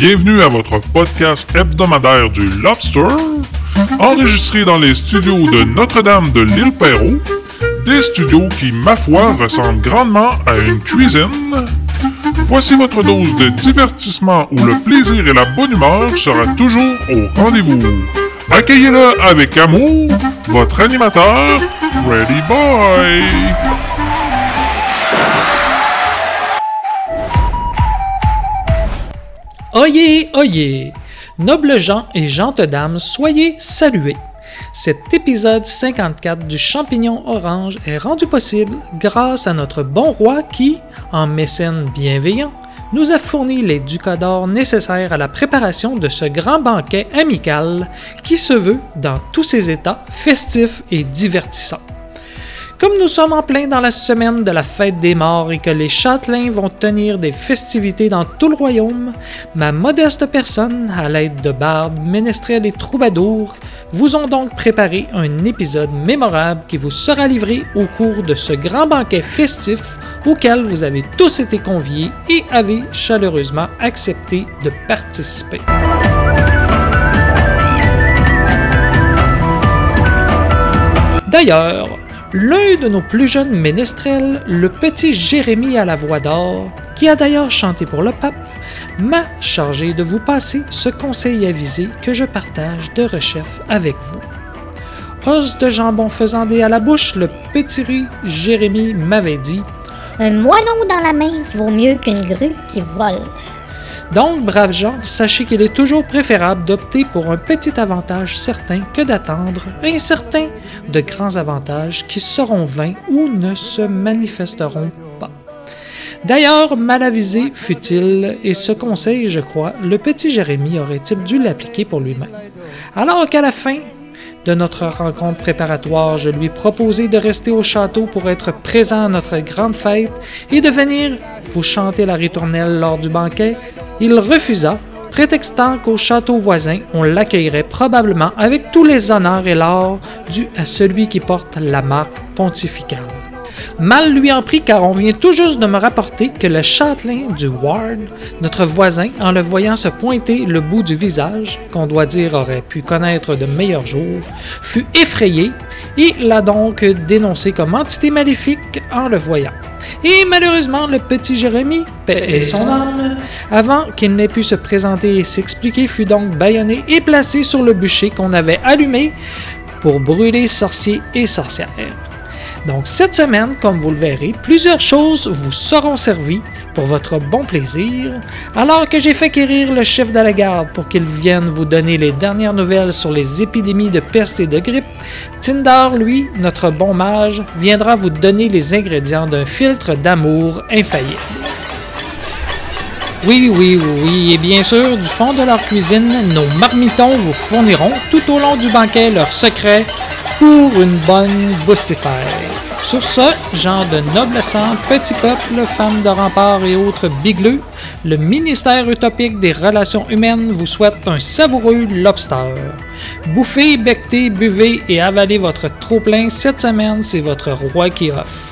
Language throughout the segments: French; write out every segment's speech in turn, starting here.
Bienvenue à votre podcast hebdomadaire du Lobster, enregistré dans les studios de Notre-Dame de l'Île-Perrot, des studios qui, ma foi, ressemblent grandement à une cuisine. Voici votre dose de divertissement où le plaisir et la bonne humeur sera toujours au rendez-vous. Accueillez-le avec amour, votre animateur, Freddy Boy. Oyez, oyez! Nobles gens et gentes dames, soyez salués! Cet épisode 54 du Champignon Orange est rendu possible grâce à notre bon roi qui, en mécène bienveillant, nous a fourni les ducats d'or nécessaires à la préparation de ce grand banquet amical qui se veut, dans tous ses états, festif et divertissant. Comme nous sommes en plein dans la semaine de la fête des morts et que les châtelains vont tenir des festivités dans tout le royaume, ma modeste personne, à l'aide de bardes, ménestrels et troubadours, vous ont donc préparé un épisode mémorable qui vous sera livré au cours de ce grand banquet festif auquel vous avez tous été conviés et avez chaleureusement accepté de participer. D'ailleurs, l'un de nos plus jeunes ménestrels, le petit Jérémie à la voix d'or, qui a d'ailleurs chanté pour le pape, m'a chargé de vous passer ce conseil avisé que je partage de rechef avec vous. Os de jambon faisandé à la bouche, le petit Jérémie m'avait dit « Un moineau dans la main vaut mieux qu'une grue qui vole. » Donc, braves gens, sachez qu'il est toujours préférable d'opter pour un petit avantage certain que d'attendre incertain de grands avantages qui seront vains ou ne se manifesteront pas. D'ailleurs, mal avisé fut-il, et ce conseil, je crois, le petit Jérémie aurait-il dû l'appliquer pour lui-même. Alors qu'à la fin de notre rencontre préparatoire, je lui proposai de rester au château pour être présent à notre grande fête et de venir vous chanter la ritournelle lors du banquet, il refusa, prétextant qu'au château voisin, on l'accueillerait probablement avec tous les honneurs et l'or dus à celui qui porte la marque pontificale. Mal lui en prit car on vient tout juste de me rapporter que le châtelain du Ward, notre voisin, en le voyant se pointer le bout du visage, qu'on doit dire aurait pu connaître de meilleurs jours, fut effrayé et l'a donc dénoncé comme entité maléfique en le voyant. Et malheureusement, le petit Jérémie, paix et son âme, avant qu'il n'ait pu se présenter et s'expliquer, fut donc bâillonné et placé sur le bûcher qu'on avait allumé pour brûler sorciers et sorcières. Donc cette semaine, comme vous le verrez, plusieurs choses vous seront servies pour votre bon plaisir, alors que j'ai fait quérir le chef de la garde pour qu'il vienne vous donner les dernières nouvelles sur les épidémies de peste et de grippe. Tindar, lui, notre bon mage, viendra vous donner les ingrédients d'un filtre d'amour infaillible. Oui, et bien sûr, du fond de leur cuisine, nos marmitons vous fourniront tout au long du banquet leurs secrets pour une bonne boustifère. Sur ce, gens de noble sang, petit peuple, femmes de rempart et autres bigleux, le ministère utopique des relations humaines vous souhaite un savoureux lobster. Bouffez, bectez, buvez et avalez votre trop-plein. Cette semaine, c'est votre roi qui offre.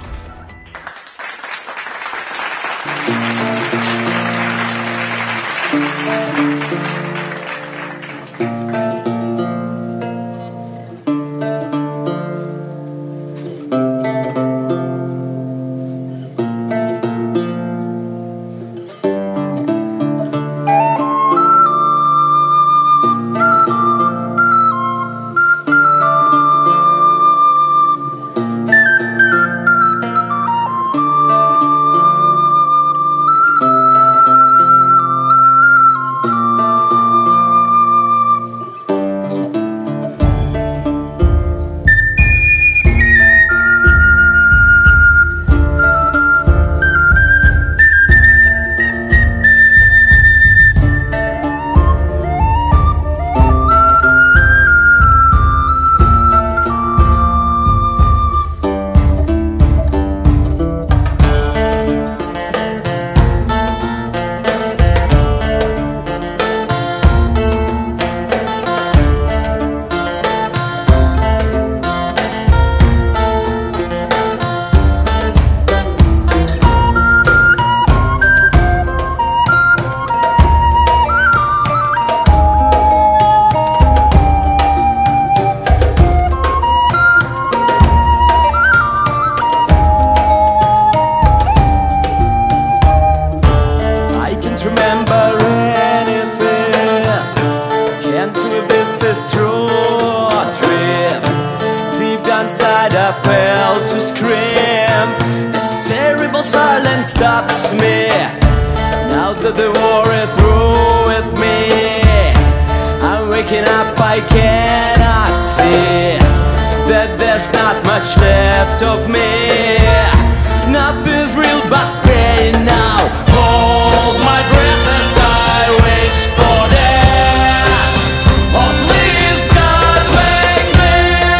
stops me. Now that the war is through with me, I'm waking up, I cannot see that there's not much left of me. Nothing's real but pain now. Hold my breath as I wish for death. Oh please God, wake me.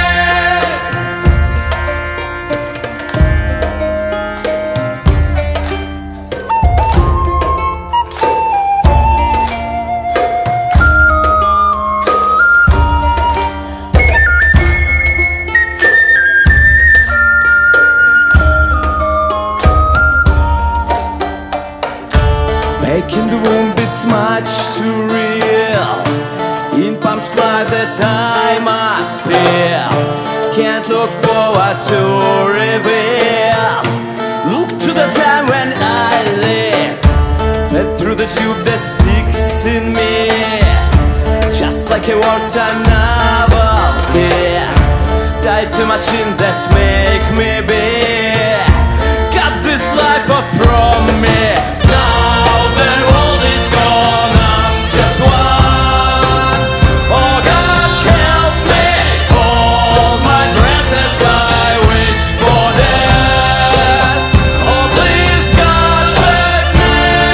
Making the womb, it's much too real. In pumps life that I must feel. Can't look forward to reveal. Look to the time when I live. Fed through the tube that sticks in me, just like a wartime novelty. Tied to machines that make me be. Cut this life off from me. The world is gone, I'm just one. Oh God, help me. Hold my breath as I wish for death. Oh please God, wake me.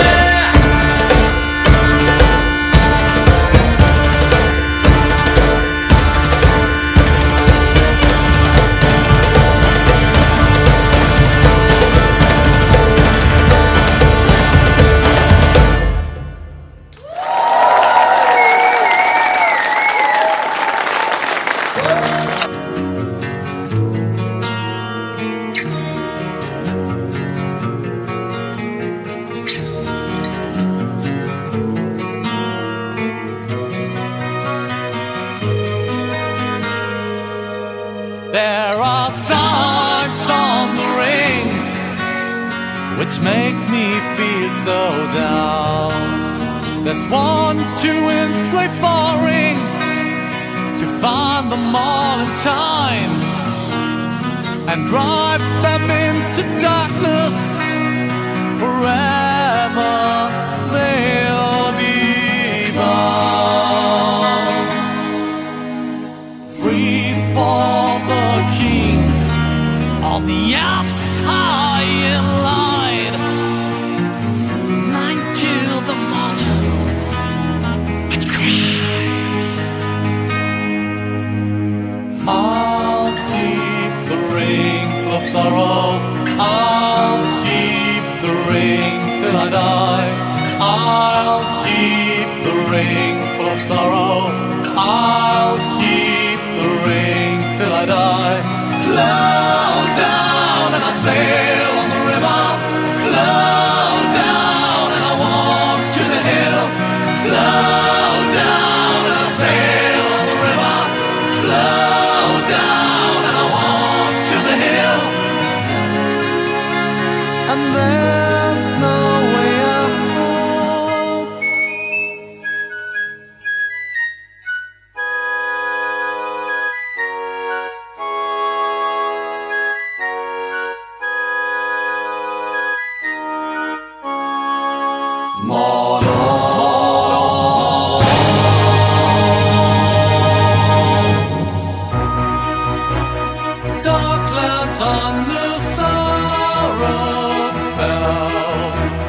There are signs on the ring which make me feel so down. There's 1, 2 enslaved 4 rings to find them all in time and drive them into darkness. Forever they'll be bound. Free for the kings of the Alps high in line, 9 to the mortal which cry. I'll keep the ring full of sorrow. I'll keep the ring till I die. I'll keep the ring full of sorrow. I'll keep the ring till I die. Slow down and I sail on the river. Slow down and I walk to the hill. Slow down and I sail on the river. Slow down and I walk to the hill. And there's no way out. Dark lantern, the sorrow spell.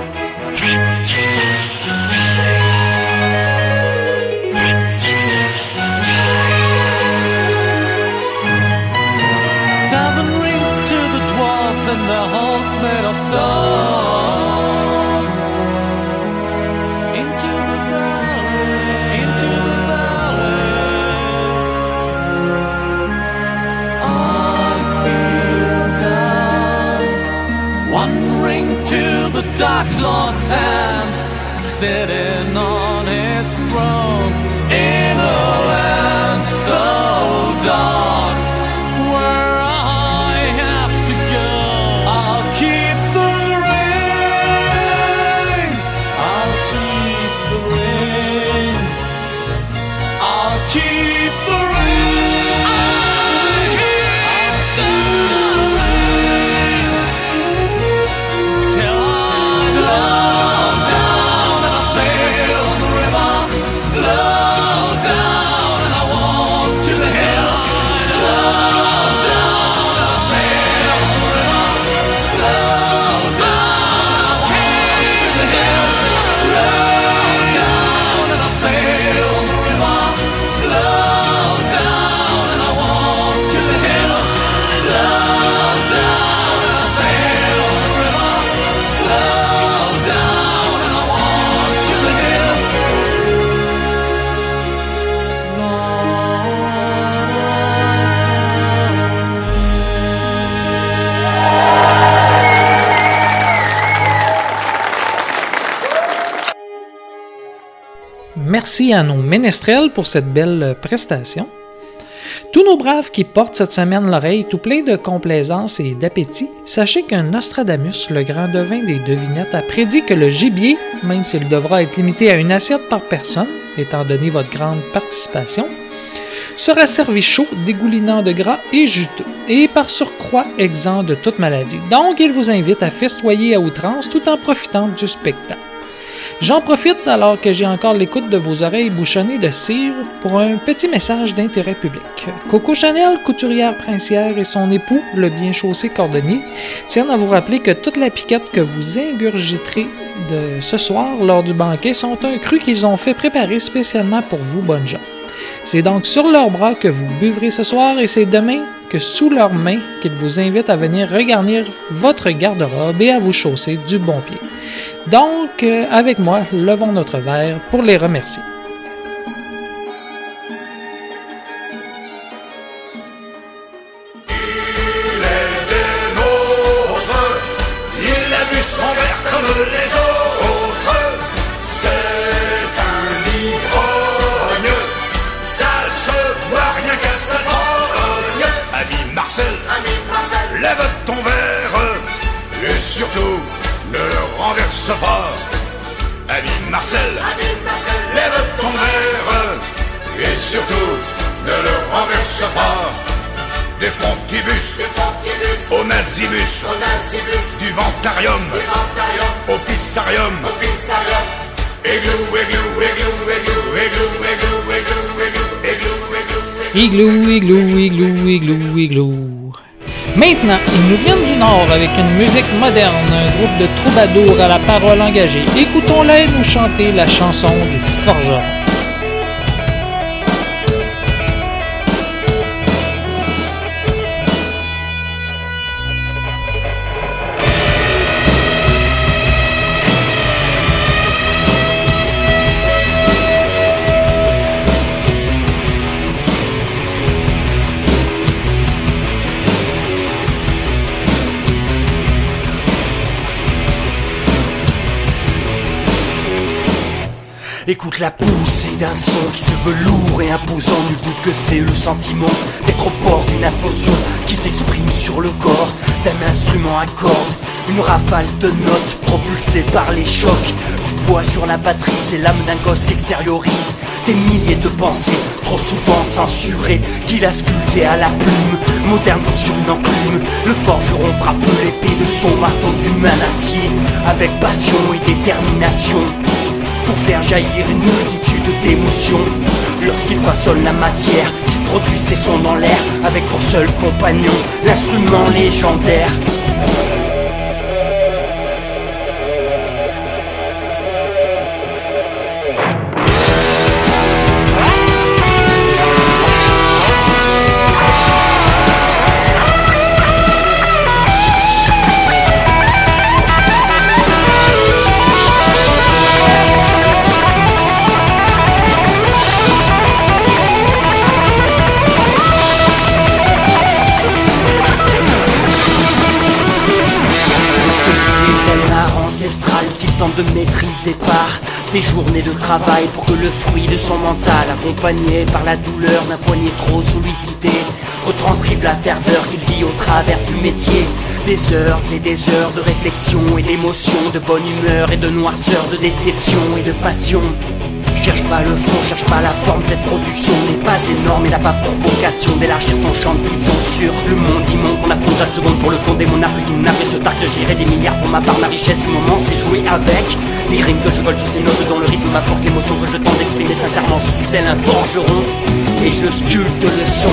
7 rings to the dwarves and their halls made of stone. Into the valley, into the valley. I feel down. 1 ring to the Dark Lord's hand, sitting on his throne in a land so dark. Where I have to go, I'll keep the ring. I'll keep the ring. I'll keep the ring. I'll keep the ring till I merci à nos ménestrels pour cette belle prestation. Tous nos braves qui portent cette semaine l'oreille tout plein de complaisance et d'appétit, sachez qu'un Nostradamus, le grand devin des devinettes, a prédit que le gibier, même s'il devra être limité à une assiette par personne, étant donné votre grande participation, sera servi chaud, dégoulinant de gras et juteux, et par surcroît exempt de toute maladie. Donc, il vous invite à festoyer à outrance tout en profitant du spectacle. J'en profite alors que j'ai encore l'écoute de vos oreilles bouchonnées de cire pour un petit message d'intérêt public. Coco Chanel, couturière princière, et son époux, le bien chaussé cordonnier, tiennent à vous rappeler que toute la piquette que vous ingurgiterez de ce soir lors du banquet sont un cru qu'ils ont fait préparer spécialement pour vous, bonnes gens. C'est donc sur leurs bras que vous buvrez ce soir et c'est demain que sous leurs mains qu'ils vous invitent à venir regarnir votre garde-robe et à vous chausser du bon pied. Donc, avec moi, levons notre verre pour les remercier. Il est des nôtres, il a bu son verre comme les autres. C'est un ivrogne, ça se voit rien qu'à sa grogne. Ami Marcel, lève ton verre et surtout ne le renverse pas. Ami Marcel, lève ton verre et surtout ne le renverse pas. Des frontibus au nazibus, du ventarium au pissarium. Églou, églou, églou, églou, églou, églou, églou, églou, églou, Igloo, igloo, igloo, igloo. Maintenant, ils nous viennent du Nord avec une musique moderne, un groupe de troubadours à la parole engagée. Écoutons-les nous chanter la chanson du forgeron. Écoute la poussée d'un son qui se veut lourd et imposant. Nul doute que c'est le sentiment d'être au bord d'une implosion qui s'exprime sur le corps d'un instrument à cordes. Une rafale de notes propulsée par les chocs du poids sur la batterie. C'est l'âme d'un gosse qui extériorise des milliers de pensées trop souvent censurées, qu'il a sculptées à la plume, moderne sur une enclume. Le forgeron frappe l'épée de son marteau d'humain acier avec passion et détermination, pour faire jaillir une multitude d'émotions. Lorsqu'il façonne la matière, qu'il produit ses sons dans l'air, avec pour seul compagnon l'instrument légendaire. Qu'il tente de maîtriser par des journées de travail pour que le fruit de son mental, accompagné par la douleur d'un poignet trop sollicité, retranscrive la ferveur qu'il vit au travers du métier. Des heures et des heures de réflexion et d'émotion, de bonne humeur et de noirceur, de déception et de passion. Cherche pas le fond, cherche pas la forme, cette production n'est pas énorme et n'a pas pour vocation d'élargir ton champ de vision sur le monde immonde qu'on affronte chaque seconde pour le compte des monarques qui n'a fait ce tard que j'irai des milliards pour ma part. Ma richesse du moment c'est jouer avec des rimes que je colle sous ces notes dont le rythme m'apporte l'émotion que je tente d'exprimer sincèrement. Je suis tel un forgeron et je sculpte le son.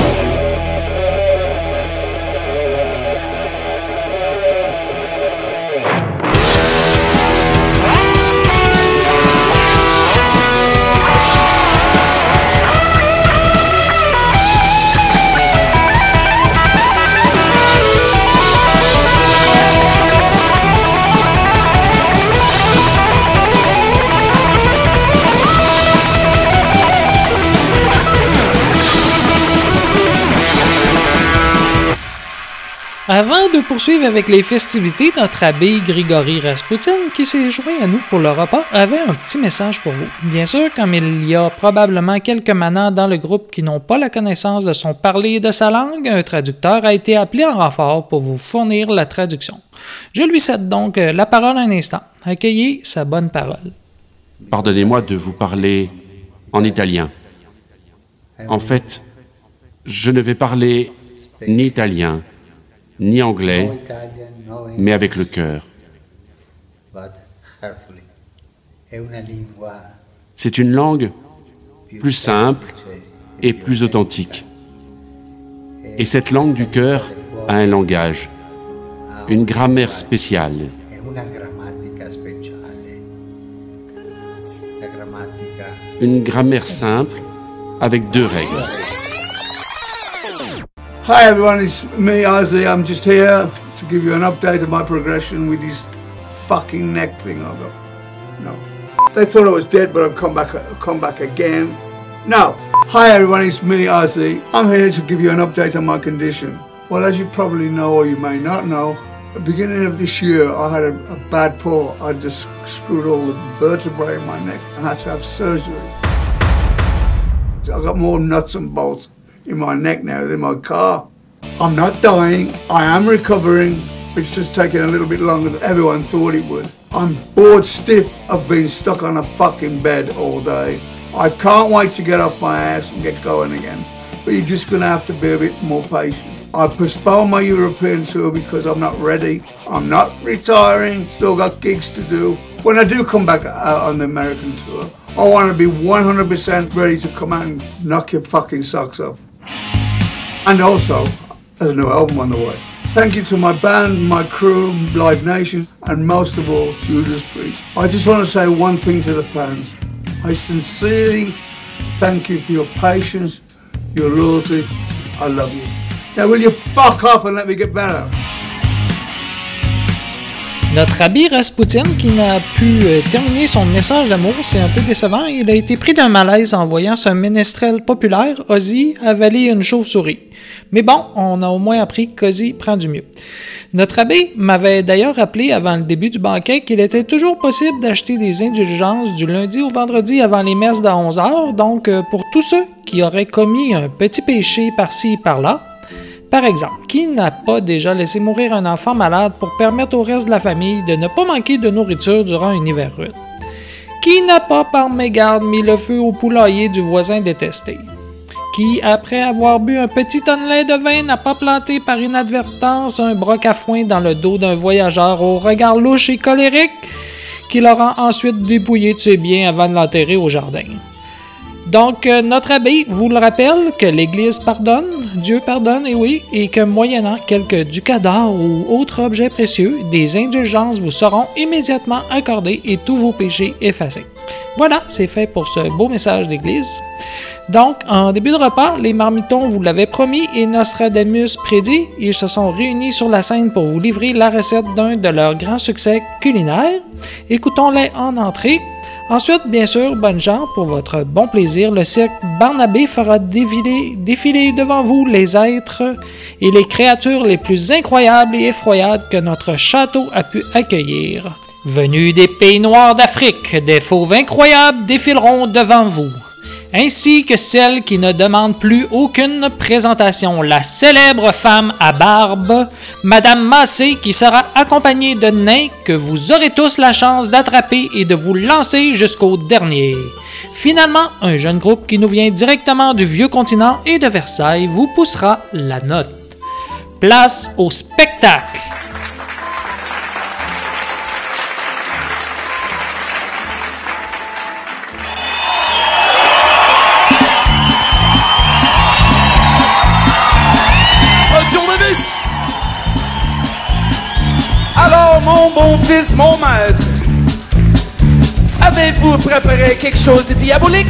Avant de poursuivre avec les festivités, notre abbé Grigory Raspoutine, qui s'est joint à nous pour le repas, avait un petit message pour vous. Bien sûr, comme il y a probablement quelques manants dans le groupe qui n'ont pas la connaissance de son parler et de sa langue, un traducteur a été appelé en renfort pour vous fournir la traduction. Je lui cède donc la parole un instant. Accueillez sa bonne parole. Pardonnez-moi de vous parler en italien. En fait, je ne vais parler ni italien, ni anglais, mais avec le cœur. C'est une langue plus simple et plus authentique. Et cette langue du cœur a un langage, une grammaire spéciale. Une grammaire simple avec 2 règles. Hi everyone, it's me, Ozzy. I'm just here to give you an update of my progression with this fucking neck thing I've got. No. They thought I was dead, but I've come back again. No. Hi everyone, it's me, Ozzy. I'm here to give you an update on my condition. Well, as you probably know or you may not know, at the beginning of this year I had a bad fall. I just screwed all the vertebrae in my neck and had to have surgery. I got more nuts and bolts in my neck now than my car. I'm not dying, I am recovering. It's just taking a little bit longer than everyone thought it would. I'm bored stiff of being stuck on a fucking bed all day. I can't wait to get off my ass and get going again. But you're just gonna have to be a bit more patient. I postponed my European tour because I'm not ready. I'm not retiring, still got gigs to do. When I do come back on the American tour, I want to be 100% ready to come out and knock your fucking socks off. And also, there's a new album on the way. Thank you to my band, my crew, Live Nation, and most of all, Judas Priest. I just want to say one thing to the fans. I sincerely thank you for your patience, your loyalty. I love you. Now will you fuck off and let me get better? Notre abbé Raspoutine, qui n'a pu terminer son message d'amour, c'est un peu décevant. Il a été pris d'un malaise en voyant ce ménestrel populaire, Ozzy, avaler une chauve-souris. Mais bon, on a au moins appris qu'Ozzy prend du mieux. Notre abbé m'avait d'ailleurs rappelé avant le début du banquet qu'il était toujours possible d'acheter des indulgences du lundi au vendredi avant les messes de 11h, donc pour tous ceux qui auraient commis un petit péché par-ci et par-là. Par exemple, qui n'a pas déjà laissé mourir un enfant malade pour permettre au reste de la famille de ne pas manquer de nourriture durant un hiver rude? Qui n'a pas par mégarde mis le feu au poulailler du voisin détesté? Qui, après avoir bu un petit tonnelet de vin, n'a pas planté par inadvertance un broc à foin dans le dos d'un voyageur au regard louche et colérique qui l'aura ensuite dépouillé de ses biens avant de l'enterrer au jardin? Donc, notre abbé vous le rappelle que l'Église pardonne, Dieu pardonne, et oui, et que moyennant quelques ducats d'or ou autres objets précieux, des indulgences vous seront immédiatement accordées et tous vos péchés effacés. Voilà, c'est fait pour ce beau message d'Église. Donc, en début de repas, les marmitons vous l'avaient promis et Nostradamus prédit. Ils se sont réunis sur la scène pour vous livrer la recette d'un de leurs grands succès culinaires. Écoutons-les en entrée. Ensuite, bien sûr, bonnes gens, pour votre bon plaisir, le cirque Barnabé fera défiler devant vous les êtres et les créatures les plus incroyables et effroyables que notre château a pu accueillir. Venus des pays noirs d'Afrique, des fauves incroyables défileront devant vous, ainsi que celle qui ne demande plus aucune présentation, la célèbre femme à barbe, Madame Massé, qui sera accompagnée de nains que vous aurez tous la chance d'attraper et de vous lancer jusqu'au dernier. Finalement, un jeune groupe qui nous vient directement du vieux continent et de Versailles vous poussera la note. Place au spectacle! Alors, mon bon fils, mon maître, avez-vous préparé quelque chose de diabolique?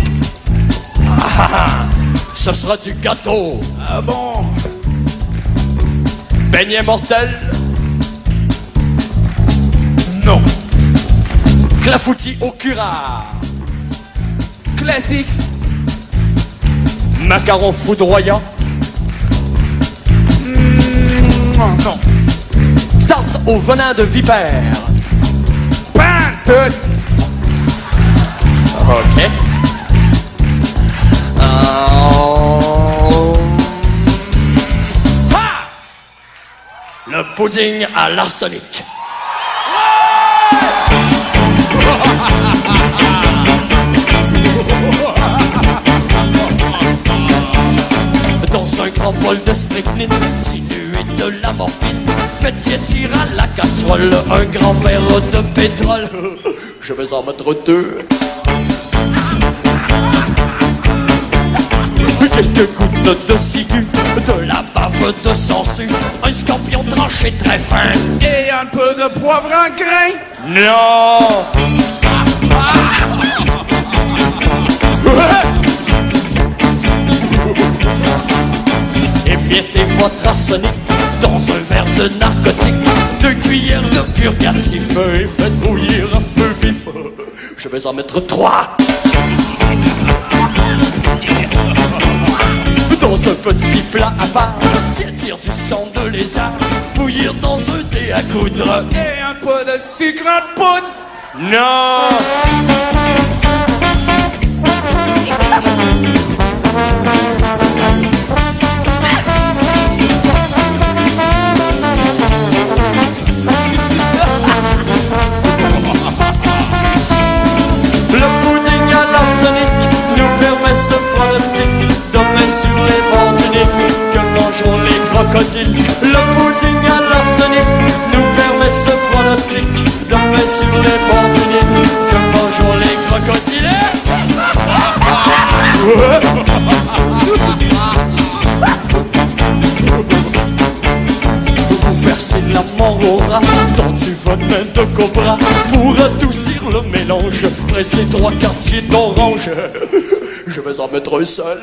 Ce sera du gâteau. Ah bon? Beignet mortel. Non. Clafoutis au curare. Classique. Macaron foudroyant. Non. au venin de vipère. Pantoute! Ok. Le pudding à l'arsenic. Dans un grand bol de strychnine, dilué de la morphine, faites tirer à la casserole un grand verre de pétrole. Je vais en mettre 2. Quelques gouttes de ciguë, de la bave de sangsue, un scorpion tranché très fin. Et un peu de poivre en grain. Non! Émiettez votre arsenic dans un verre de narcotique, 2 cuillères de purgatif et faites bouillir à feu vif. Je vais en mettre 3. Dans un petit plat à part, tire du sang de lézard, bouillir dans un dé à coudre. Et un peu de sucre en poudre. Non! Le pudding à l'arsenic nous permet ce pronostic de mettre sur les bandiniques que mangeront les crocodiles. Le pudding à l'arsenic nous permet ce pronostic de mettre sur les bandiniques que mangeront les crocodiles. Vous versez la mort au rat dans du venin de cobra pour adoucir le mélange. Pressez 3 quartiers d'orange. Je vais en mettre un seul.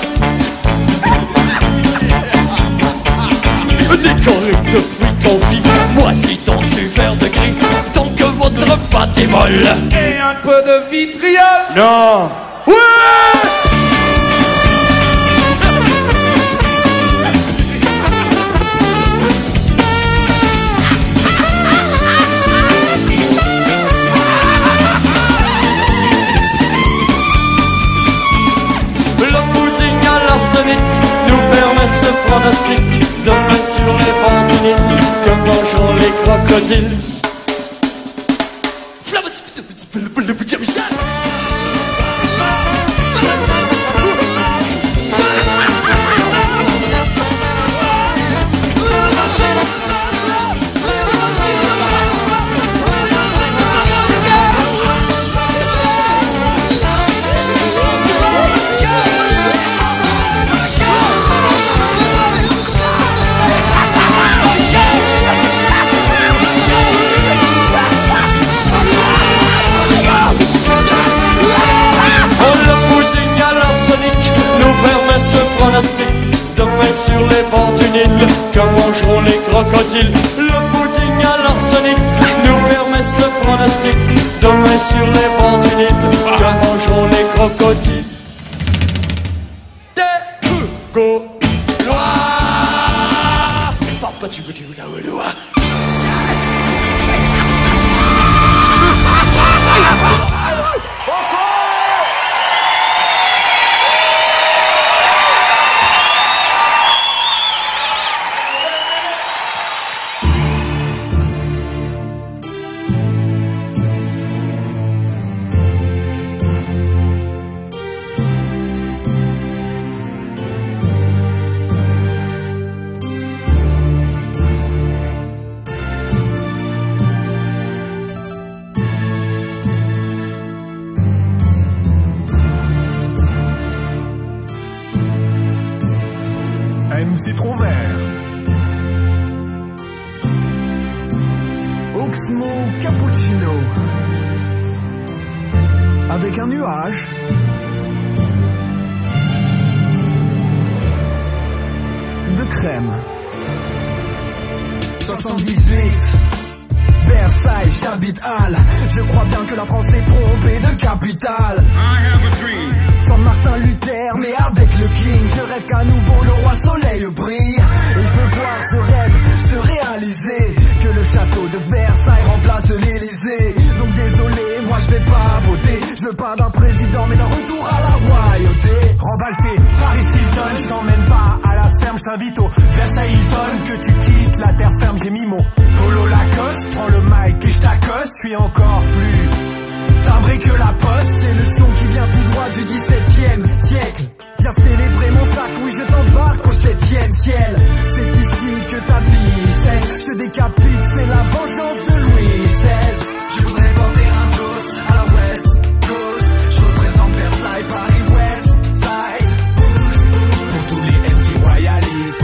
Décoré de fruits confits, moisis dans du verre de gris, tant que votre pâte est molle. Et un peu de vitriol. Non. Ouais! Nous permet ce pronostic de mettre sur les bandiniques que mangeront les crocodiles. De mettre sur les bords du Nil que mangeront les crocodiles. Le pudding à l'arsenic nous permet ce pronostic de mettre sur les bords du Nil que mangeront les crocodiles. Go Loire. Papa tu veux la Loire. Citron vert, Oxmo cappuccino, avec un nuage de crème. 78 Versailles, j'habite Halle. Je crois bien que la France est trompée de capitale. Sans Martin Luther, mais avec le King. Je rêve qu'à nouveau le roi soleil brille. Et je veux voir ce rêve se réaliser. Que le château de Versailles remplace l'Élysée. Donc désolé, moi je vais pas voter. Je veux pas d'un président mais d'un retour à la royauté. Rembalté, Paris Hilton, je t'emmène pas à la ferme, je t'invite au Versailles Hilton. Que tu quittes la terre ferme, j'ai mis mon polo Lacoste. Prends le mic et je t'accoste, je suis encore plus timbré que la poste. C'est le son qui vient tout droit du 17e siècle. Viens célébrer mon sac, oui je t'embarque au 7e ciel. C'est ici que ta vie cesse. Je te décapite, c'est la vengeance de Louis XVI. Je voudrais porter un toast à la West Coast. Je représente Versailles, Paris, West Side. Pour tous les MC royalistes.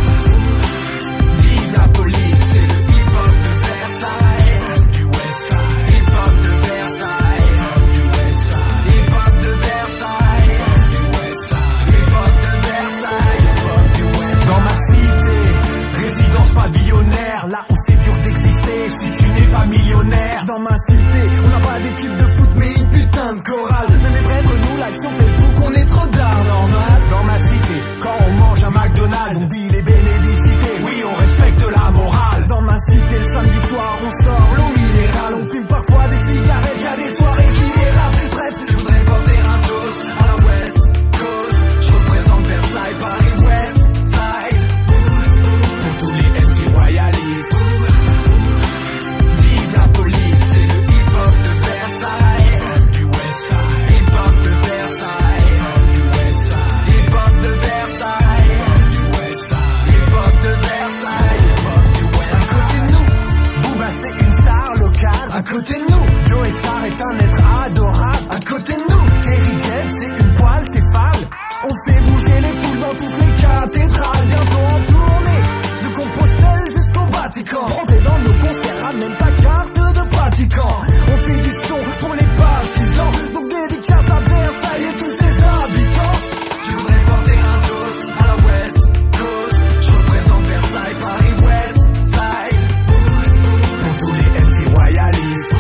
Vive la police, c'est le hip-hop de Versailles. Du West Side, hip-hop de Versailles. Du West Side, hip-hop de Versailles. Du West Side, hip-hop de Versailles. Du West Side. Dans ma cité, résidence pavillonnaire. Là où c'est dur d'exister si tu n'es pas millionnaire. Dans ma cité, on n'a pas d'équipe de foot mais une putain de chorale. Même les vrais nous like sur Facebook, on est trop d'art normal. Dans ma cité, quand on mange un McDonald's, on dit les bénédicités. Oui, on respecte la morale. Dans ma cité, le samedi soir, on sort l'eau minérale. On fume parfois des cigarettes, y'a des soirées qui dérapent. Bref, je voudrais porter un toast à la West Coast. Je représente Versailles, Paris, West Side. Pour tous les MC royalistes. Vive la police, c'est le hip-hop de Versailles. Du West Side, hip-hop de Versailles. Du West Side, hip-hop de Versailles. Du West Side, hip-hop de Versailles. Du West Side. À côté de nous, Booba c'est une star locale. À côté de nous, Joey Star est un être adorable. À côté de nous, Terry Jet c'est une poêle Tefal. On fait bouger les foules dans toutes les cathédrales. Bientôt en tournée, de Compostelle jusqu'au Vatican. Rentrez dans nos concerts, ramène ta carte de pratiquant. On fait du son pour les partisans. Donc dédicace à Versailles et tous ses habitants. Je voudrais porter un toast à la West Coast. Je représente Versailles, Paris, West Side. Pour tous les MC royalistes.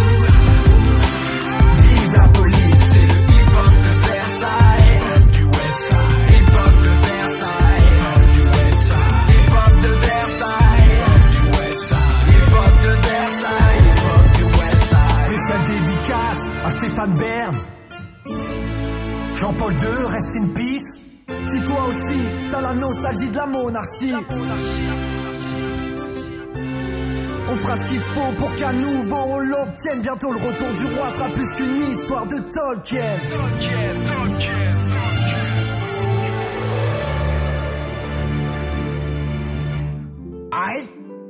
Vive la police, c'est le hip-hop de Versailles. Du West Side, hip-hop de Versailles. Du West Side, hip-hop de Versailles. Du West Side, hip-hop de Versailles. Hip-hop du West Side. Spéciale dédicace à Stéphane Bern. Jean-Paul II, rest in peace. Si toi aussi, t'as la nostalgie de la monarchie. On fera ce qu'il faut pour qu'à nouveau on l'obtienne. Bientôt le retour du roi sera plus qu'une histoire de Tolkien. Aïe.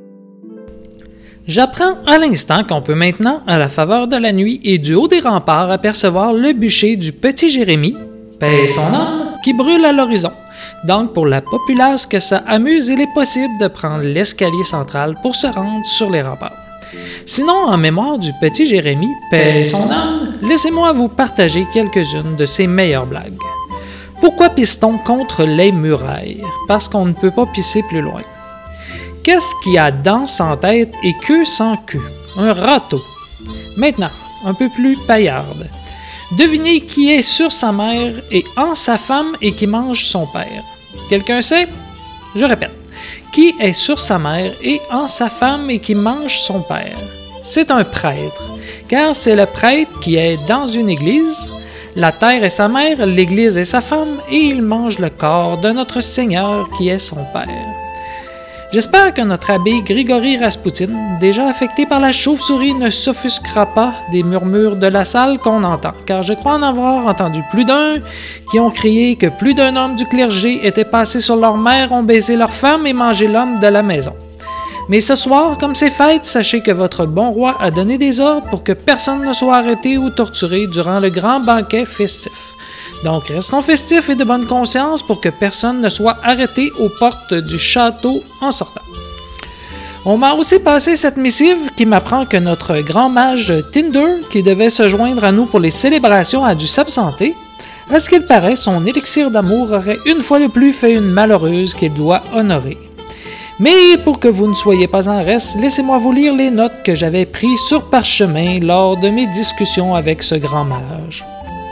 J'apprends à l'instant qu'on peut maintenant, à la faveur de la nuit et du haut des remparts, apercevoir le bûcher du petit Jérémie, paix son âme, qui brûle à l'horizon. Donc, pour la populace que ça amuse, il est possible de prendre l'escalier central pour se rendre sur les remparts. Sinon, en mémoire du petit Jérémie, paix son âme, laissez-moi vous partager quelques-unes de ses meilleures blagues. Pourquoi pisse-t-on contre les murailles? Parce qu'on ne peut pas pisser plus loin. Qu'est-ce qui a dents sans tête et queue sans queue? Un râteau. Maintenant, un peu plus paillarde. Devinez qui est sur sa mère et en sa femme et qui mange son père. Quelqu'un sait? Je répète. Qui est sur sa mère et en sa femme et qui mange son père? C'est un prêtre, car c'est le prêtre qui est dans une église. La terre est sa mère, l'église est sa femme, et il mange le corps de notre Seigneur qui est son père. J'espère que notre abbé Grigory Raspoutine, déjà affecté par la chauve-souris, ne s'offusquera pas des murmures de la salle qu'on entend, car je crois en avoir entendu plus d'un qui ont crié que plus d'un homme du clergé était passé sur leur mère, ont baisé leur femme et mangé l'homme de la maison. Mais ce soir, comme c'est fête, sachez que votre bon roi a donné des ordres pour que personne ne soit arrêté ou torturé durant le grand banquet festif. Donc, restons festifs et de bonne conscience pour que personne ne soit arrêté aux portes du château en sortant. On m'a aussi passé cette missive qui m'apprend que notre grand mage Tinder, qui devait se joindre à nous pour les célébrations, a dû s'absenter. À ce qu'il paraît, son élixir d'amour aurait une fois de plus fait une malheureuse qu'il doit honorer. Mais pour que vous ne soyez pas en reste, laissez-moi vous lire les notes que j'avais prises sur parchemin lors de mes discussions avec ce grand mage.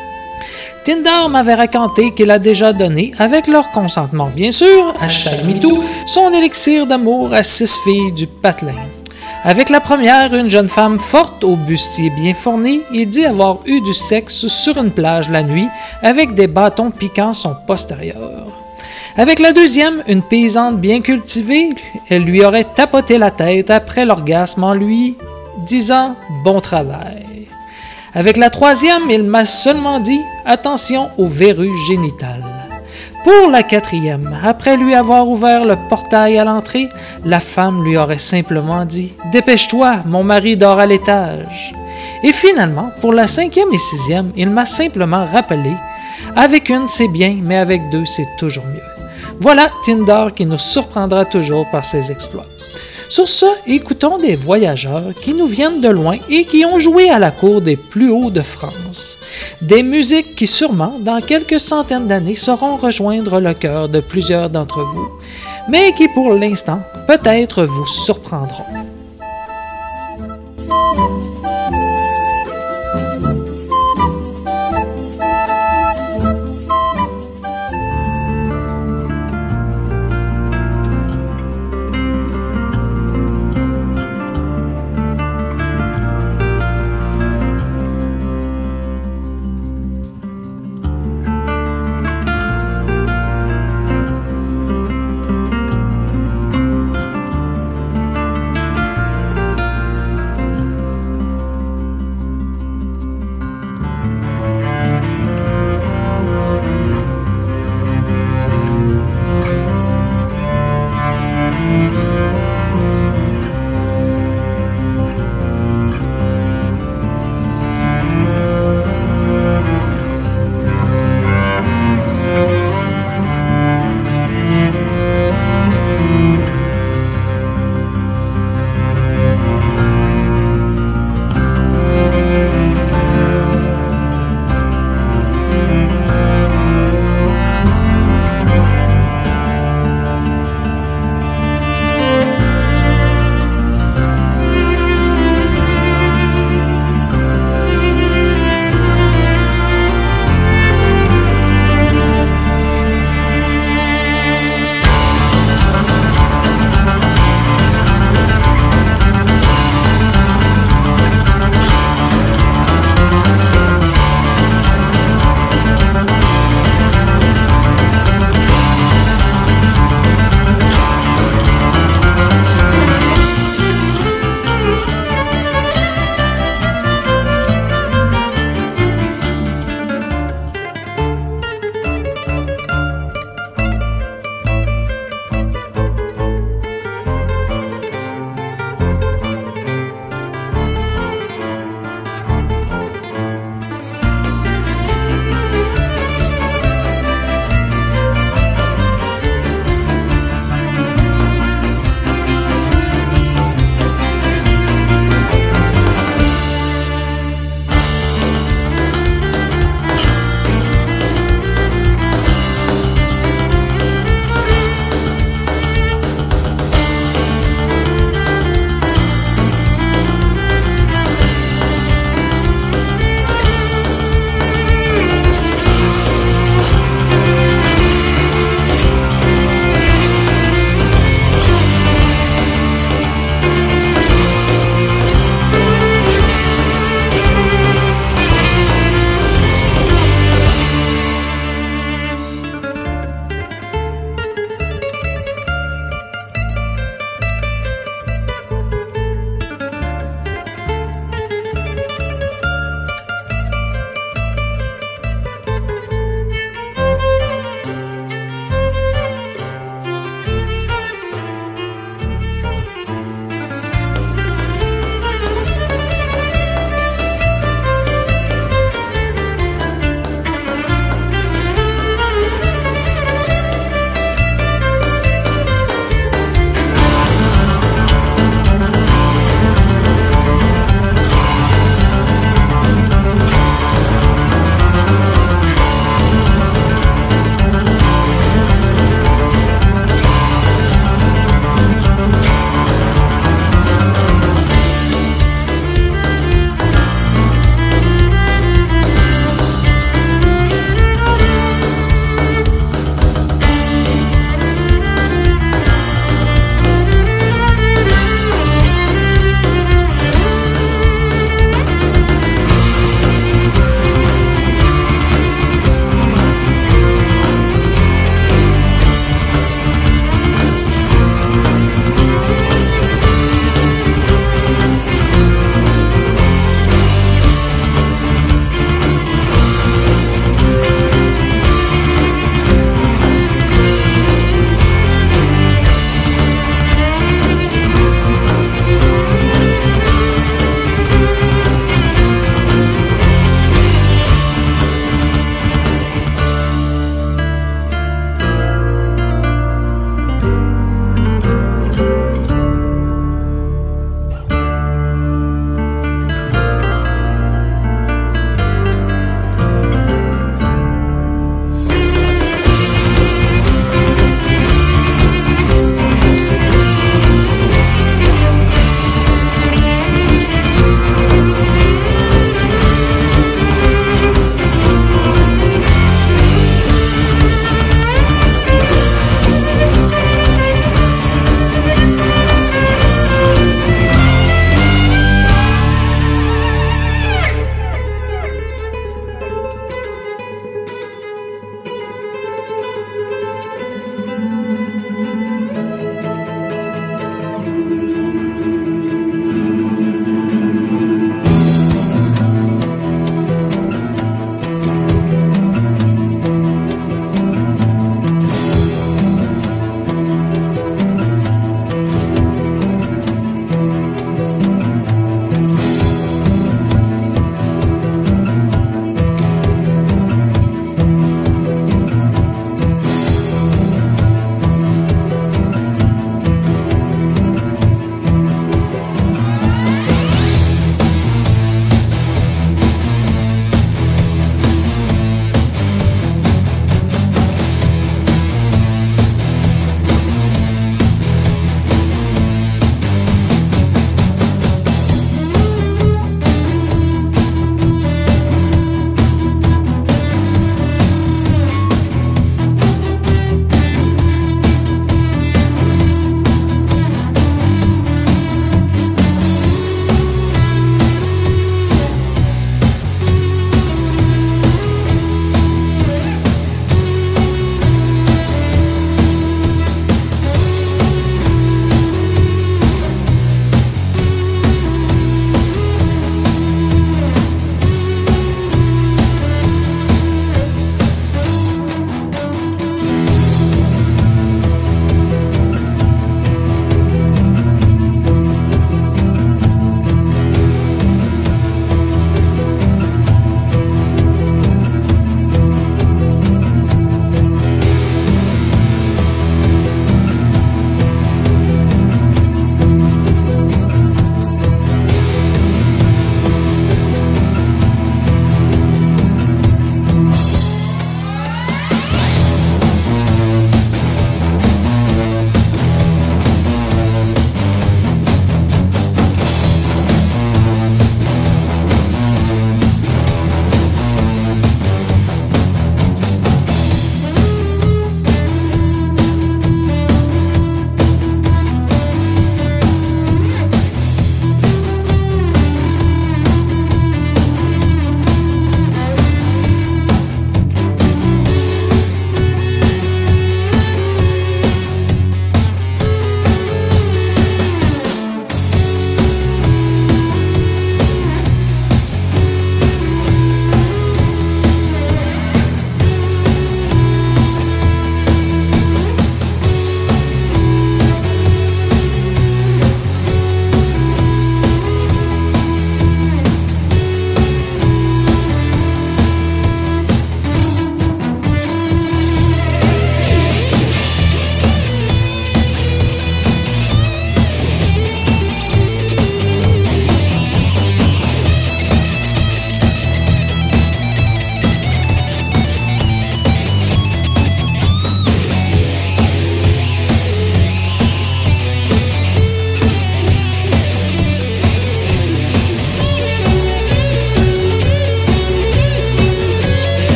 Tinder m'avait raconté qu'il a déjà donné, avec leur consentement bien sûr, #MeToo, son élixir d'amour à 6 filles du patelin. Avec la première, une jeune femme forte au bustier bien fourni, il dit avoir eu du sexe sur une plage la nuit avec des bâtons piquant son postérieur. Avec la deuxième, une paysanne bien cultivée, elle lui aurait tapoté la tête après l'orgasme en lui disant « bon travail ». Avec la troisième, il m'a seulement dit « attention aux verrues génitales ». Pour la quatrième, après lui avoir ouvert le portail à l'entrée, la femme lui aurait simplement dit « dépêche-toi, mon mari dort à l'étage ». Et finalement, pour la cinquième et sixième, il m'a simplement rappelé « avec une c'est bien, mais avec deux c'est toujours mieux ». Voilà Tinder qui nous surprendra toujours par ses exploits. Sur ce, écoutons des voyageurs qui nous viennent de loin et qui ont joué à la cour des plus hauts de France. Des musiques qui sûrement, dans quelques centaines d'années, sauront rejoindre le cœur de plusieurs d'entre vous, mais qui pour l'instant, peut-être vous surprendront.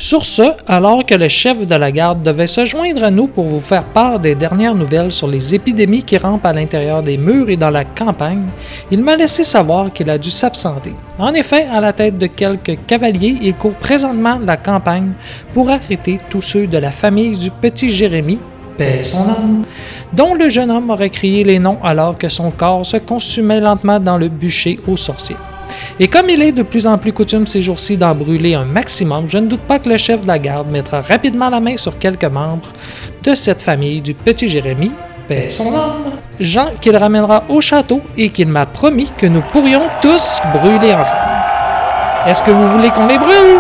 Sur ce, alors que le chef de la garde devait se joindre à nous pour vous faire part des dernières nouvelles sur les épidémies qui rampent à l'intérieur des murs et dans la campagne, il m'a laissé savoir qu'il a dû s'absenter. En effet, à la tête de quelques cavaliers, il court présentement la campagne pour arrêter tous ceux de la famille du petit Jérémie, paix son âme, dont le jeune homme aurait crié les noms alors que son corps se consumait lentement dans le bûcher aux sorciers. Et comme il est de plus en plus coutume ces jours-ci d'en brûler un maximum, je ne doute pas que le chef de la garde mettra rapidement la main sur quelques membres de cette famille du petit Jérémie, paix son âme, gens qu'il ramènera au château et qu'il m'a promis que nous pourrions tous brûler ensemble. Est-ce que vous voulez qu'on les brûle?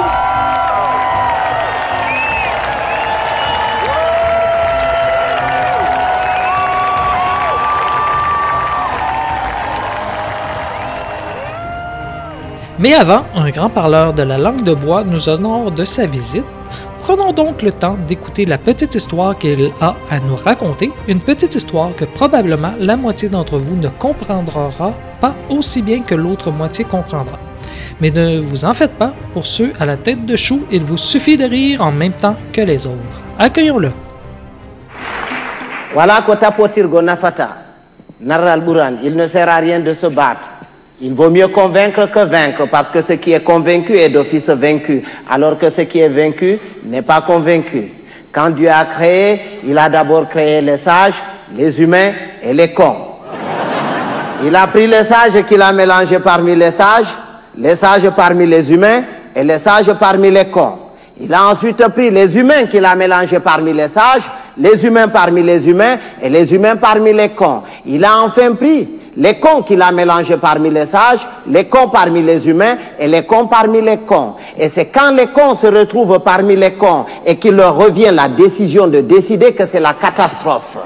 Mais avant, un grand parleur de la langue de bois nous honore de sa visite. Prenons donc le temps d'écouter la petite histoire qu'il a à nous raconter, une petite histoire que probablement la moitié d'entre vous ne comprendra pas aussi bien que l'autre moitié comprendra. Mais ne vous en faites pas, pour ceux à la tête de chou, il vous suffit de rire en même temps que les autres. Accueillons-le. Voilà Kotapotir Gonafata, Narral Buran, il ne sert à rien de se battre. Il vaut mieux convaincre que vaincre, parce que ce qui est convaincu est d'office vaincu, alors que ce qui est vaincu n'est pas convaincu. Quand Dieu a créé, il a d'abord créé les sages, les humains et les cons. Il a pris les sages qu'il a mélangés parmi les sages parmi les humains et les sages parmi les cons. Il a ensuite pris les humains qu'il a mélangés parmi les humains parmi les humains et les humains parmi les cons. Il a enfin pris les cons qu'il a mélangés parmi les sages, les cons parmi les humains et les cons parmi les cons. Et c'est quand les cons se retrouvent parmi les cons et qu'il leur revient la décision de décider que c'est la catastrophe.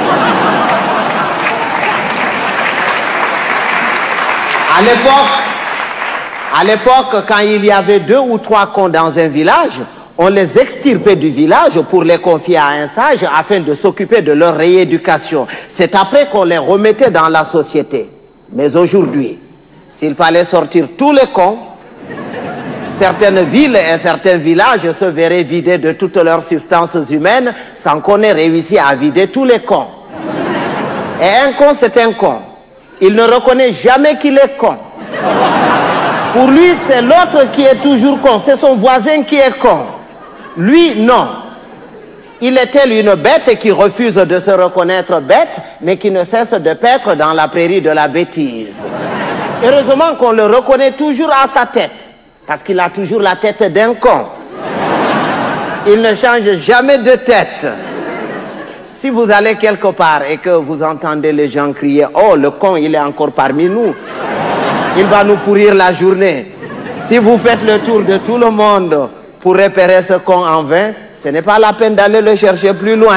À l'époque, quand il y avait 2 ou 3 cons dans un village, on les extirpait du village pour les confier à un sage afin de s'occuper de leur rééducation. C'est après qu'on les remettait dans la société. Mais aujourd'hui, s'il fallait sortir tous les cons, certaines villes et certains villages se verraient vidés de toutes leurs substances humaines sans qu'on ait réussi à vider tous les cons. Et un con, c'est un con. Il ne reconnaît jamais qu'il est con. Pour lui, c'est l'autre qui est toujours con. C'est son voisin qui est con. Lui, non. Il est tel une bête qui refuse de se reconnaître bête, mais qui ne cesse de paître dans la prairie de la bêtise. Heureusement qu'on le reconnaît toujours à sa tête, parce qu'il a toujours la tête d'un con. Il ne change jamais de tête. Si vous allez quelque part et que vous entendez les gens crier « Oh, le con, il est encore parmi nous », il va nous pourrir la journée. Si vous faites le tour de tout le monde pour repérer ce con en vain, ce n'est pas la peine d'aller le chercher plus loin.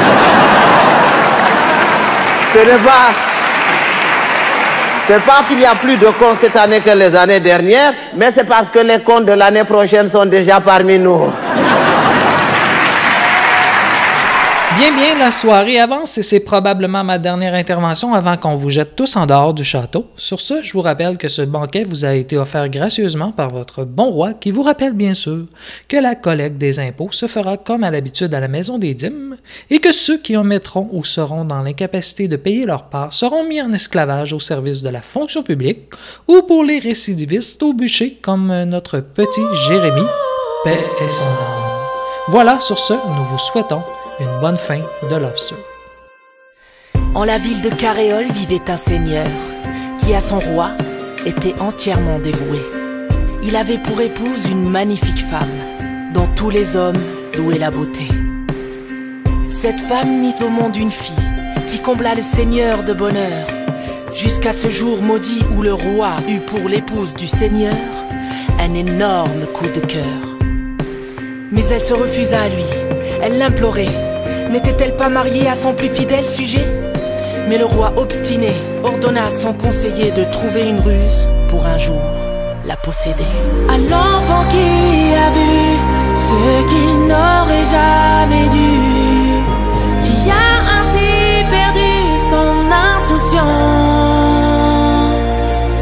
C'est pas qu'il y a plus de cons cette année que les années dernières, mais c'est parce que les cons de l'année prochaine sont déjà parmi nous. Bien, la soirée avance et c'est probablement ma dernière intervention avant qu'on vous jette tous en dehors du château. Sur ce, je vous rappelle que ce banquet vous a été offert gracieusement par votre bon roi qui vous rappelle bien sûr que la collecte des impôts se fera comme à l'habitude à la maison des dîmes et que ceux qui omettront ou seront dans l'incapacité de payer leur part seront mis en esclavage au service de la fonction publique ou pour les récidivistes au bûcher comme notre petit Jérémie, paix et son âme. Voilà, sur ce, nous vous souhaitons une bonne fin de Lobster. En la ville de Caréole vivait un seigneur qui à son roi était entièrement dévoué. Il avait pour épouse une magnifique femme dont tous les hommes louaient la beauté. Cette femme mit au monde une fille qui combla le seigneur de bonheur jusqu'à ce jour maudit où le roi eut pour l'épouse du seigneur un énorme coup de cœur. Mais elle se refusa à lui, elle l'implorait. N'était-elle pas mariée à son plus fidèle sujet? Mais le roi obstiné ordonna à son conseiller de trouver une ruse pour un jour la posséder. À l'enfant qui a vu ce qu'il n'aurait jamais dû, qui a ainsi perdu son insouciance,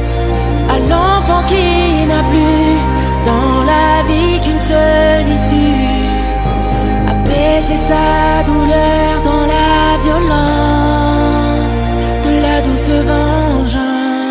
à l'enfant qui n'a plus dans la vie qu'une seule issue, Apaiser sa douleur dans la violence de la douce vengeance.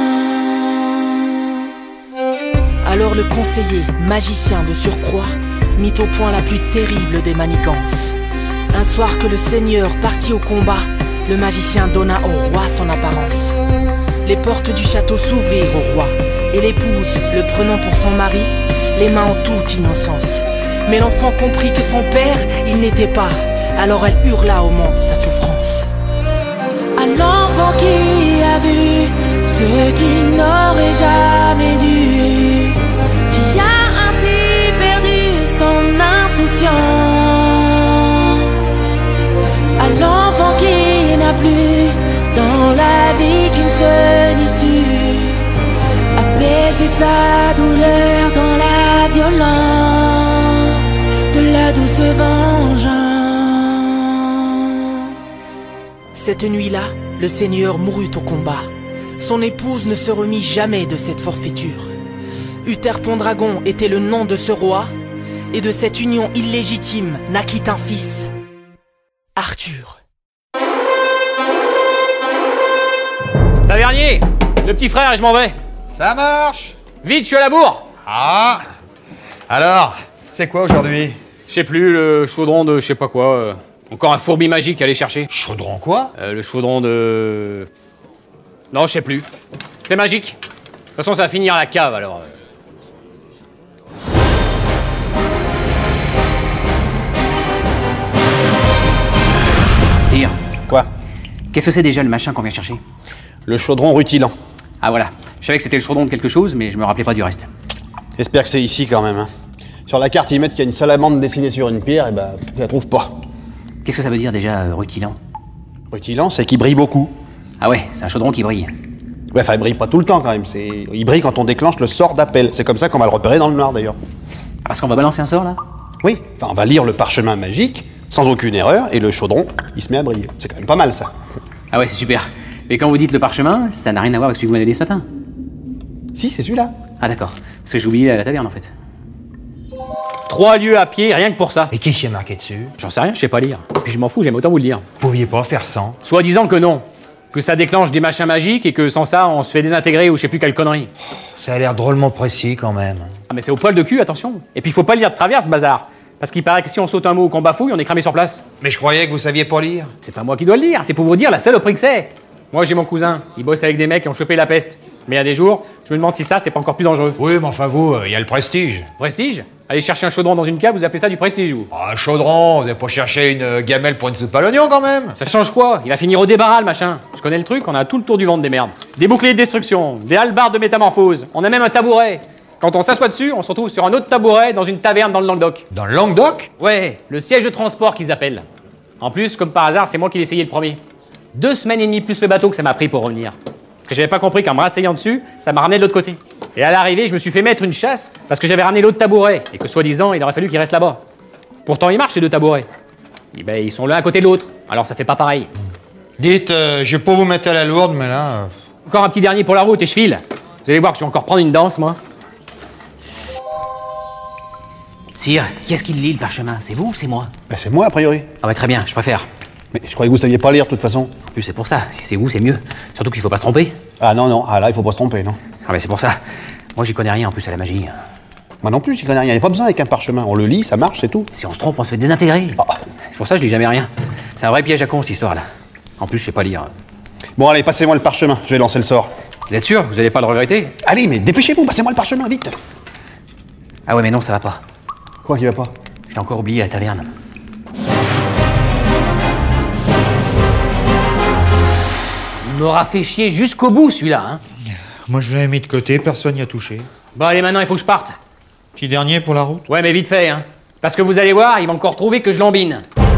Alors le conseiller, magicien de surcroît, mit au point la plus terrible des manigances. Un soir que le seigneur partit au combat, le magicien donna au roi son apparence. Les portes du château s'ouvrirent au roi, et l'épouse, le prenant pour son mari, les mains en toute innocence. Mais l'enfant comprit que son père, il n'était pas. Alors elle hurla au monde sa souffrance. À l'enfant qui a vu ce qu'il n'aurait jamais dû, qui a ainsi perdu son insouciance. À l'enfant qui n'a plus dans la vie qu'une seule issue, apaiser sa douleur dans la violence de la douce vengeance. Cette nuit-là, le seigneur mourut au combat. Son épouse ne se remit jamais de cette forfaiture. Uther Pendragon était le nom de ce roi, et de cette union illégitime naquit un fils, Arthur. Tavernier, le petit frère et je m'en vais. Ça marche. Vite, je suis à la bourre. Ah. Alors, c'est quoi aujourd'hui? Je sais plus, le chaudron de je sais pas quoi. Encore un fourbi magique à aller chercher. Chaudron quoi? Le chaudron de... Non, je sais plus. C'est magique. De toute façon, ça va finir à la cave, alors... Sire. Quoi? Qu'est-ce que c'est déjà le machin qu'on vient chercher? Le chaudron rutilant. Ah voilà. Je savais que c'était le chaudron de quelque chose, mais je me rappelais pas du reste. J'espère que c'est ici quand même. Hein. Sur la carte, ils mettent qu'il y a une salamandre dessinée sur une pierre, et bah, je la trouve pas. Qu'est-ce que ça veut dire déjà, rutilant? Rutilant, c'est qu'il brille beaucoup. Ah ouais, c'est un chaudron qui brille. Ouais, enfin, il brille pas tout le temps quand même. Il brille quand on déclenche le sort d'appel. C'est comme ça qu'on va le repérer dans le noir d'ailleurs. Parce qu'on va balancer un sort là? Oui, enfin, on va lire le parchemin magique, sans aucune erreur, et le chaudron, il se met à briller. C'est quand même pas mal ça. Ah ouais, c'est super. Mais quand vous dites le parchemin, ça n'a rien à voir avec celui que vous m'avez dit ce matin? Si, c'est celui-là. Ah d'accord. Parce que j'ai oublié à la taverne en fait. 3 lieues à pied, rien que pour ça. Et qu'est-ce qu'il y a marqué dessus? J'en sais rien, je sais pas lire. Puis je m'en fous, j'aime autant vous le dire. Vous pouviez pas faire sans? Soit disant que non. Que ça déclenche des machins magiques et que sans ça, on se fait désintégrer ou je sais plus quelle connerie. Ça a l'air drôlement précis quand même. Ah mais c'est au poil de cul, attention. Et puis faut pas le lire de travers ce bazar. Parce qu'il paraît que si on saute un mot ou qu'on bafouille, on est cramé sur place. Mais je croyais que vous saviez pas lire. C'est pas moi qui dois le lire, c'est pour vous dire la saloperie que c'est. Moi j'ai mon cousin, il bosse avec des mecs qui ont chopé la peste. Mais il y a des jours, je me demande si ça, c'est pas encore plus dangereux. Oui, mais enfin vous, il y a le prestige. Prestige? Allez chercher un chaudron dans une cave, vous appelez ça du prestige, vous? Ah, un chaudron, vous avez pas cherché une gamelle pour une soupe à l'oignon quand même? Ça change quoi? Il va finir au débarras, le machin. Je connais le truc, on a tout le tour du ventre des merdes. Des boucliers de destruction, des hallebardes de métamorphose, on a même un tabouret. Quand on s'assoit dessus, on se retrouve sur un autre tabouret dans une taverne dans le Languedoc. Dans le Languedoc? Ouais, le siège de transport qu'ils appellent. En plus, comme par hasard, c'est moi qui l'ai essayé le premier. 2 semaines et demie plus le bateau que ça m'a pris pour revenir. Parce que j'avais pas compris qu'en me rasseyant dessus, ça m'a ramené de l'autre côté. Et à l'arrivée, je me suis fait mettre une chasse parce que j'avais ramené l'autre tabouret et que soi-disant, il aurait fallu qu'il reste là-bas. Pourtant, ils marchent ces 2 tabourets. Et ben, ils sont l'un à côté de l'autre. Alors ça fait pas pareil. Dites, je vais pas vous mettre à la lourde, mais là... Encore un petit dernier pour la route et je file. Vous allez voir que je vais encore prendre une danse, moi. Sire, qui est-ce qui lit le parchemin? C'est vous ou c'est moi? Bah, c'est moi a priori. Ah bah très bien, je préfère. Mais je croyais que vous saviez pas lire de toute façon. En plus c'est pour ça, si c'est vous c'est mieux. Surtout qu'il faut pas se tromper. Ah non, non, ah là il faut pas se tromper, non. Ah bah c'est pour ça. Moi j'y connais rien en plus à la magie. Moi non plus j'y connais rien, il n'y a pas besoin avec un parchemin. On le lit, ça marche, c'est tout. Si on se trompe, on se fait désintégrer. Ah. C'est pour ça que je lis jamais rien. C'est un vrai piège à con cette histoire là. En plus je sais pas lire. Bon allez, passez-moi le parchemin, je vais lancer le sort. Vous êtes sûr? Vous allez pas le regretter? Allez, mais dépêchez-vous, passez-moi le parchemin, vite. Ah ouais mais non, ça va pas. Quoi qui va pas? J'ai encore oublié la taverne. Il m'aura fait chier jusqu'au bout celui-là, hein. Moi je l'avais mis de côté, personne n'y a touché. Bon allez, maintenant il faut que je parte. Petit dernier pour la route? Ouais mais vite fait, hein. Parce que vous allez voir, il va encore trouver que je lambine.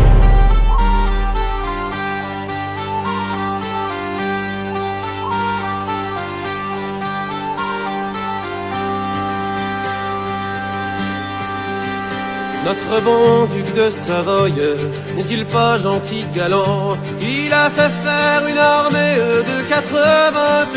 Notre bon duc de Savoie n'est-il pas gentil galant? Il a fait faire une armée de 80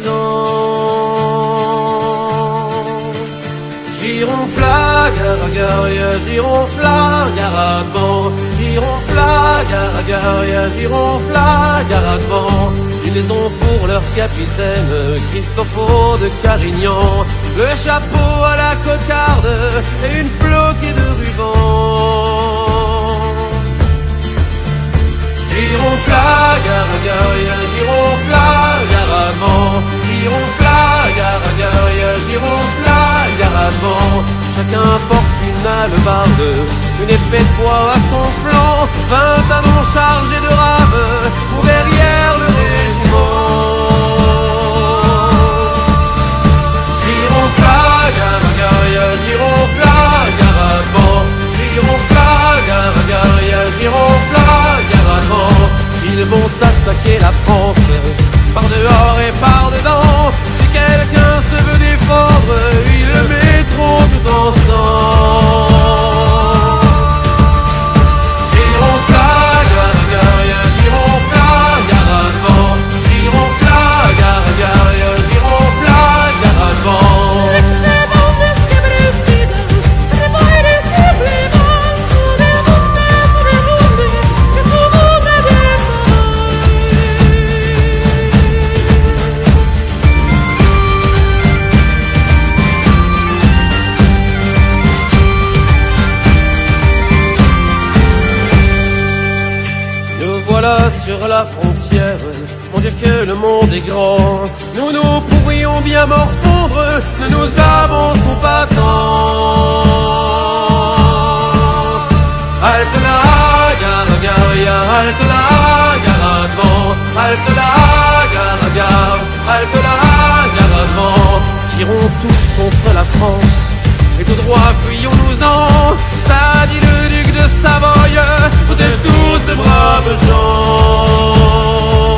paysans. Gironfla, garagaria, gironfla, garavant, Gironfla, gare à gare, y'a Gironfla, gare à devant. Ils les ont pour leur capitaine, Cristoforo de Carignan. Le chapeau à la cocarde et une floquée de ruban. Gironfla, gare à gare, y'a Gironfla, gare avant. Gironfla, gare à gare, y'a Gironfla, gare avant. Chacun porte une hallebarde, une épée de poids à son flanc, 20 canons chargés de rames pour derrière le régiment. Gironfla, gare à gare, y'a Gironfla, gare avant. Gironfla, gare à gare, y'a Gironfla, gare avant. Ils vont attaquer la France, par dehors et par dedans. Si quelqu'un se veut défendre, ils le mettront tout ensemble. Gironfla, gare à gare, y'a Gironfla, gare avant. Gironfla, gare à gare, y'a Gironfla, gare avant. Sur la frontière, mon Dieu que le monde est grand. Nous pourrions bien morfondre, ne nous avançons pas tant. Halte là, gare à gare, y'a halte là, gare avant. Halte là, gare à gare, halte là, gare avant. Tirons tous contre la France, et tout droit fuyons-nous-en. Ça dit le duc de Savoie, vous êtes tous de braves gens.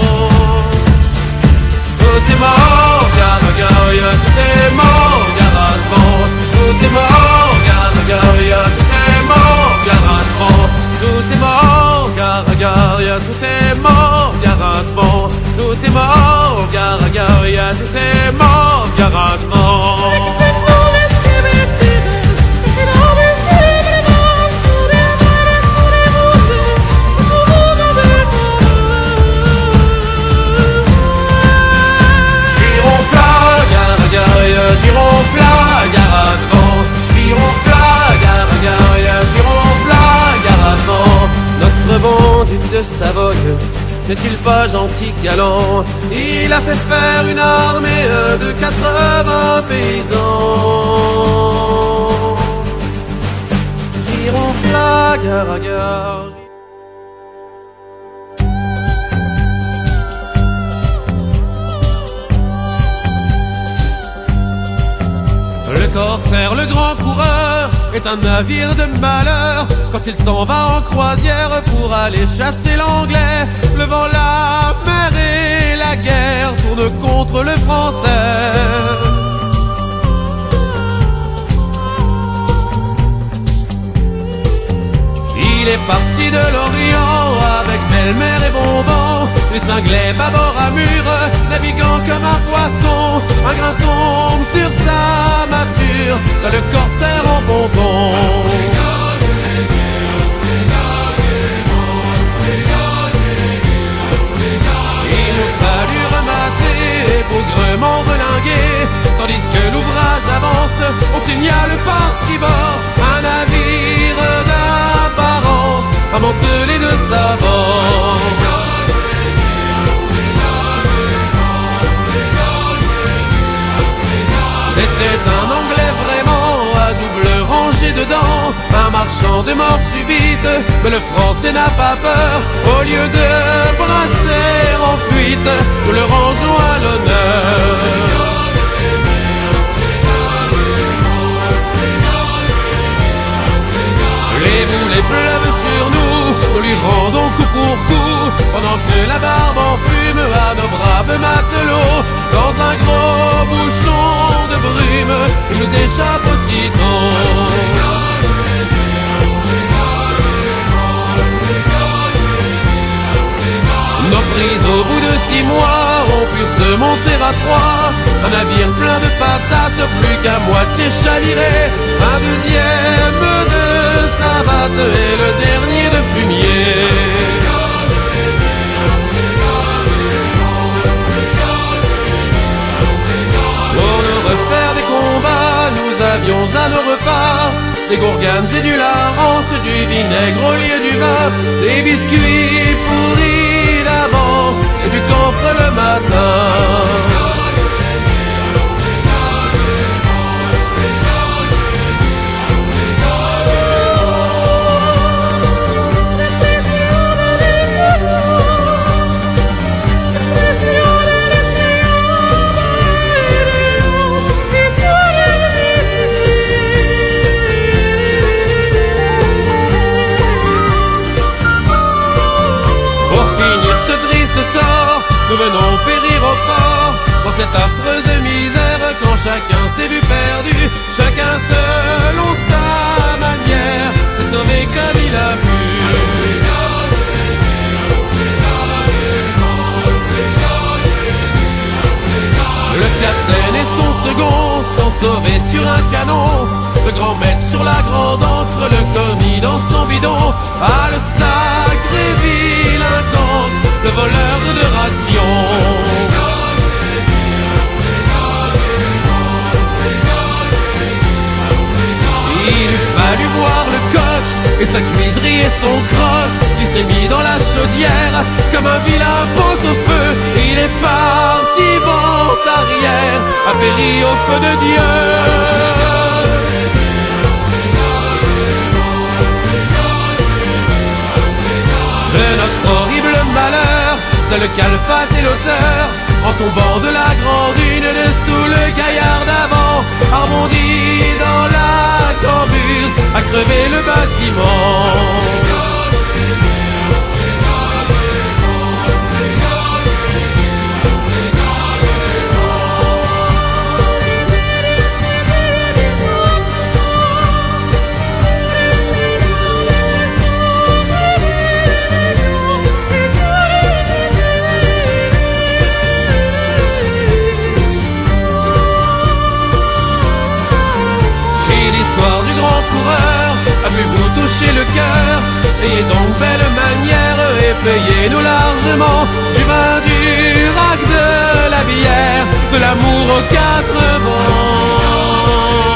Tout est mort, gare à gare, tout est mort, gare à devant. Tout est mort, gare à gare, tout est mort, gare à devant. Tout est mort, gare à gare, tout est mort, gare à devant. Tout est mort, gare à gare, tout est mort, gare à devant. Gironfla, gare avant. Gironfla, gare à gare, Gironfla, gare avant. Notre bon duc de Savoie n'est-il pas gentil galant? Il a fait faire une armée de 80 paysans. Gironfla, gare à gare. Le corsaire, le grand coureur, est un navire de malheur. Quand il s'en va en croisière pour aller chasser l'anglais, le vent, la mer et la guerre tournent contre le français. Il est parti de l'Orient avec belle-mère et bon vent. Les cinglés bâbord à mur, naviguant comme un poisson. Un grain tombe sur sa mâture, dans le corsaire en bonbon. Il nous fallut remater, bougrement relinguer. Tandis que l'ouvrage avance, on signale par tribord un navire d'apparence, amontelé de savants. C'était un Anglais vraiment à double rangée dedans, un marchand de mort subite, mais le Français n'a pas peur. Au lieu de brasser en fuite, nous le rangeons à l'honneur. Les boulets pleuvent sur nous lui rendons coup pour coup, pendant que la barbe en fume à nos braves matelots. Dans un gros bouchon de brume, il nous échappe aussitôt. Nos prises au bout de 6 mois ont pu se monter à 3. Un navire plein de patates, plus qu'à moitié chaviré. Un deuxième de savates et le dernier de fumier. des gourganes et du larance, du vinaigre au lieu du vin, des biscuits pourris d'avance et du camphre le matin. Nous venons périr au port dans cette affreuse misère quand chacun s'est vu perdu, chacun selon sa manière s'est sauvé comme il a pu. Le capitaine et son second sont sauvés sur un canon, le grand maître sur la grande encre, le commis dans son bidon, ah le sacré vilain cancre, le voleur de rations. Il eût fallu voir le coq et sa cuiserie et son croc, il s'est mis dans la chaudière comme un vilain pot-au-feu. Il est parti vent arrière, a péri au feu de Dieu. De notre horrible malheur, seul le calfat et l'auteur, en tombant de la grande dune dessous le gaillard d'avant, a rebondi dans la cambuse, a crevé le bâtiment. A pu vous toucher le cœur, ayez donc belle manière et payez-nous largement du vin, du rack, de la bière, de l'amour aux quatre vents.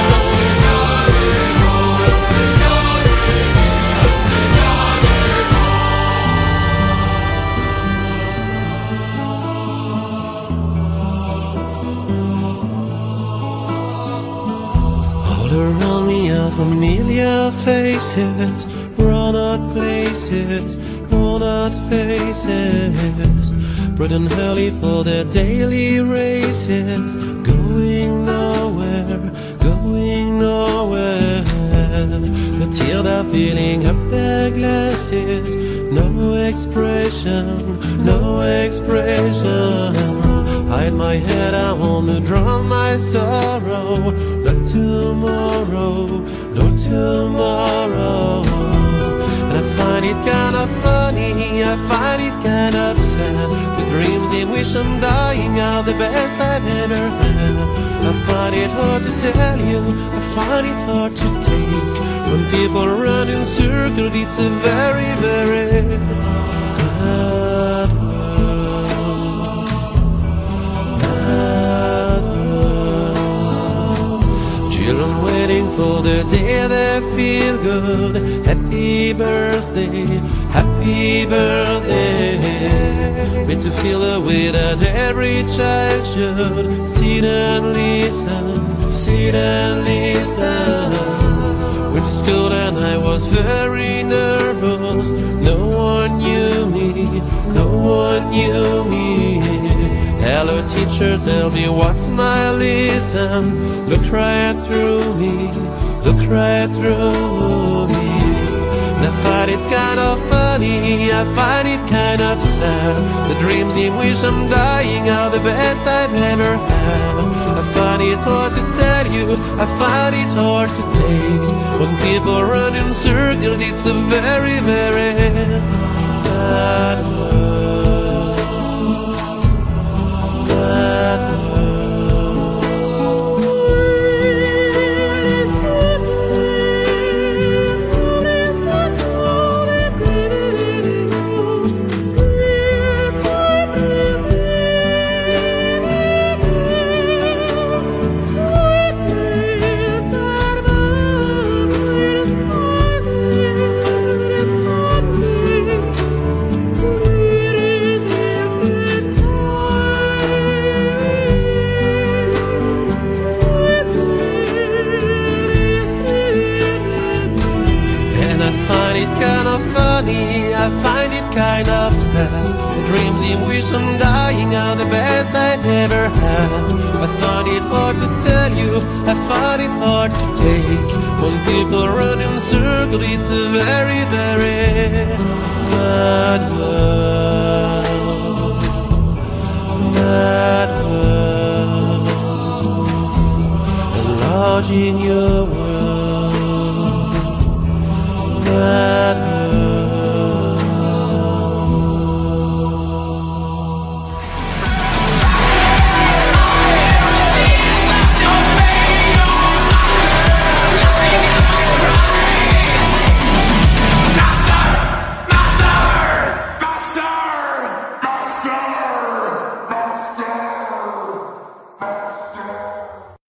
All around me are familiar faces, run-out places, worn-out faces, bright and early for their daily races, going nowhere, going nowhere. The tears are filling up their glasses, no expression, no expression. Hide my head, I wanna drown my sorrow. Not tomorrow, no tomorrow. And I find it kind of funny, I find it kind of sad. The dreams in which I'm dying are the best I've ever had. I find it hard to tell you, I find it hard to take. When people run in circles, it's a very, very bad children waiting for the day they feel good. Happy birthday, happy birthday. Made to feel the way that every child should. Sit and listen, sit and listen. Went to school and I was very nervous. No one knew me, no one knew me. Hello teacher, tell me what's my lesson. Look right through me, look right through me. And I find it kind of funny, I find it kind of sad. The dreams in which I'm dying are the best I've ever had. I find it hard to tell you, I find it hard to take. When people run in circles, it's a very, very bad world. Bad world. funny, I find it kind of sad. The dreams in which I'm dying are the best I've ever had. I find it hard to tell you, I find it hard to take. When people run in circles, it's a very, very mad world. Mad world. Enlarging your world.